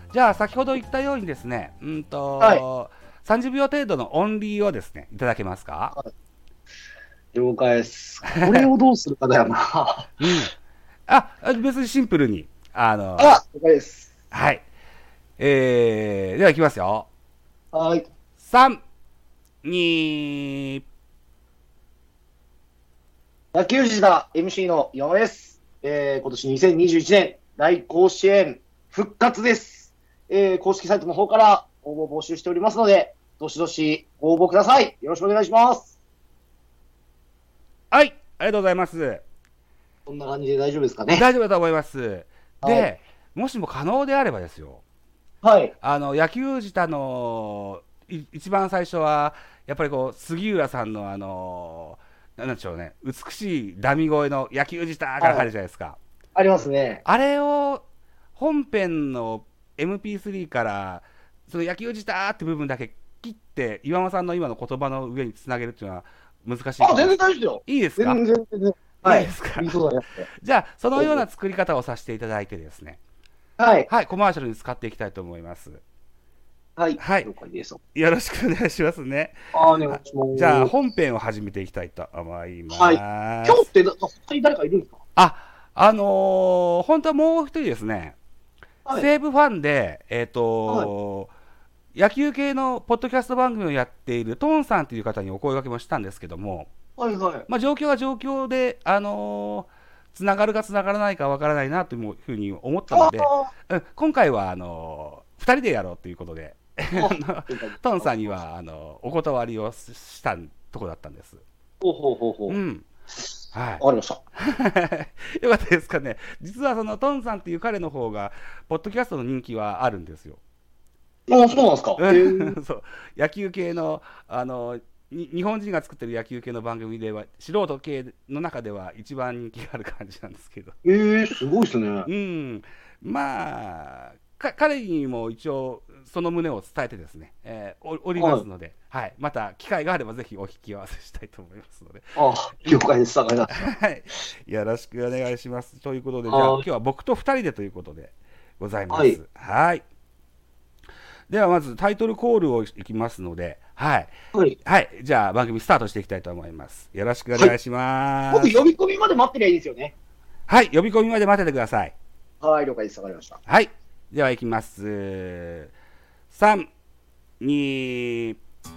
じゃあ先ほど言ったようにですね、30秒程度のオンリーをですねいただけますか？ はい、了解です。これをどうするかだよな。 うん。別にシンプルに了解です。 はい。ではいきますよ。 はい。 3、2、 野球児だ MC の山です。今年2021年大甲子園復活です。公式サイトの方から応募募集しておりますので、どしどしご応募ください。よろしくお願いします。 はい、ありがとうございます。 こんな感じで大丈夫ですかね。 大丈夫だと思います。 はい、 で、もしも可能であればですよ。 はい。 野球自体の一番最初はやっぱりこう杉浦さんのなんでしょうね、美しいダミ声の野球自体から入るじゃないですか。 ありますね。 あれを本編の MP3 からその野球自体って部分だけ切って岩間さんの今の言葉の上につなげるっていうのは難しい。 全然大丈夫ですよ。 いいですか？ 全然。 はい。いいですか？ そうだね。 じゃあそのような作り方をさせていただいてですね、 はい。 はい、コマーシャルに使っていきたいと思います。 はい。 はい。 了解です。 よろしくお願いしますね。 お願いします。 じゃあ本編を始めていきたいと思います。 はい。今日って他に誰かいるんですか？ 本当はもう一人ですね、 はい、 西武ファンで、 はい、 野球系のポッドキャスト番組をやっているトンさんという方にお声掛けもしたんですけども、 はい、はい。 まあ、状況は状況で、つながるかつながらないかわからないなというふうに思ったので、今回は2人でやろうということで、トンさんにはお断りをしたところだったんです。 ほう。 うん。はい。 わかりました。 よかったですかね。実はそのトンさんっていう彼の方が、ポッドキャストの人気はあるんですよ。 そうなんですか。 そう。野球系の、日本人が作ってる野球系の番組では、素人系の中では一番人気がある感じなんですけど。 すごいですね。 うん。まあ、彼にも一応、その旨を伝えてですね、おりますので、はい。また、機会があればぜひお引き合わせしたいと思いますので。 了解です。わかりました。 はい。よろしくお願いします。ということで、じゃあ、今日は僕と2人でということでございます。はい。では、まずタイトルコールをいきますので、はい。はい。じゃあ、番組スタートしていきたいと思います。よろしくお願いします。 僕、呼び込みまで待ってりゃいいですよね。 はい。呼び込みまで待っててください。 はい、了解です。わかりました。 はい。では、いきます。3、2、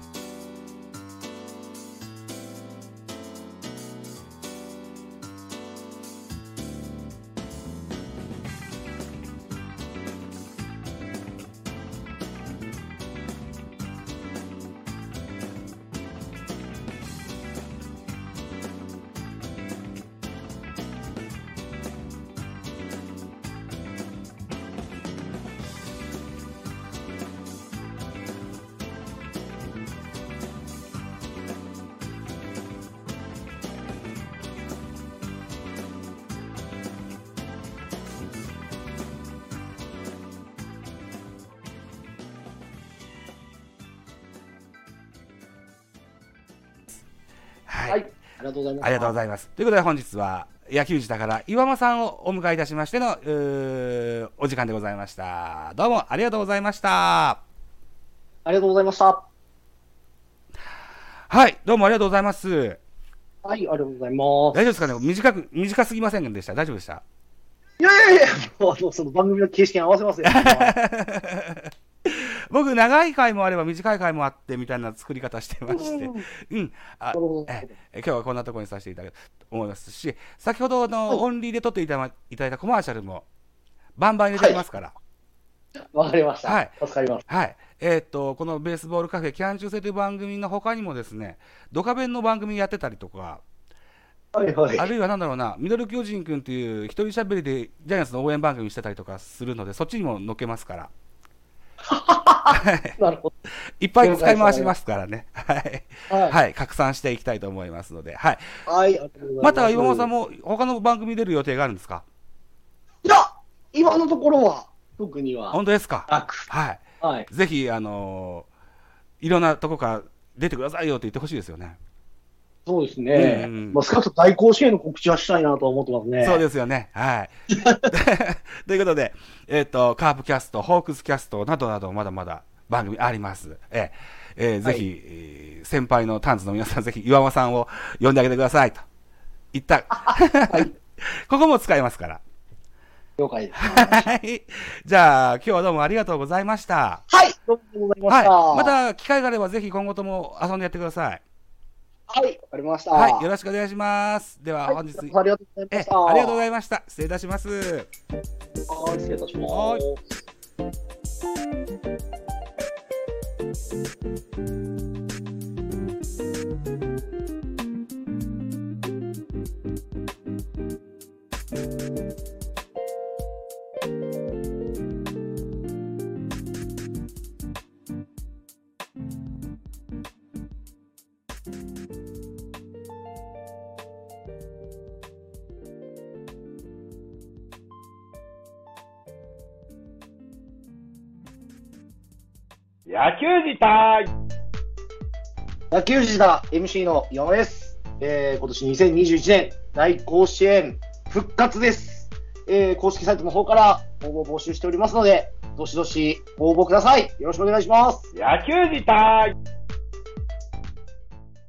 はい。 ありがとうございます。 ありがとうございます。ということで本日は野球児だから岩間さんをお迎えいたしましてのお時間でございました。どうもありがとうございました。 ありがとうございました。 はい、どうもありがとうございます。 はい、ありがとうございます。 大丈夫ですかね？短すぎませんでした？大丈夫でした？ いや、その番組の形式に合わせますよ。 僕、長い回もあれば短い回もあってみたいな作り方してまして、今日はこんなところにさせていただきたいと思いますし、先ほどのオンリーで撮っていただいたコマーシャルもバンバン入れていますから。 わかりました。 はい。 助かります。 はい。このベースボールカフェキャン中制という番組の他にもですね、ドカベンの番組やってたりとか、あるいはなんだろうな、ミドル巨人くんという一人喋りでジャイアンツの応援番組してたりとかするので、そっちにも載っけますから。 なるほど。 いっぱい使い回しますからね。はい。拡散していきたいと思いますので。はい。また岩間さんも他の番組出る予定があるんですか？ いや、今のところは特には。 本当ですか？はい。ぜひいろんなとこから出てくださいよって言ってほしいですよね。 そうですね。まあ、少なくとも大甲子園の告知はしたいなと思ってますね。 そうですよね。はい。ということで、カープキャスト、ホークスキャストなどなど、まだまだ番組あります。ぜひ、先輩のタンズの皆さん、ぜひ岩間さんを呼んであげてくださいと言った。はい、ここも使えますから。 了解です。 はい。じゃあ、今日はどうもありがとうございました。 はい、どうもありがとうございました。 はい。また機会があれば、ぜひ今後とも遊んでやってください。 はい、わかりました。 はい、よろしくお願いします。では、本日、 ありがとうございました。 ありがとうございました。失礼いたします。 はい、失礼いたします。 野球自体野球自だ MC の山です。今年2021年大甲子園復活です。公式サイトの方から応募を募集しておりますので、どしどし応募ください。よろしくお願いします。 野球自体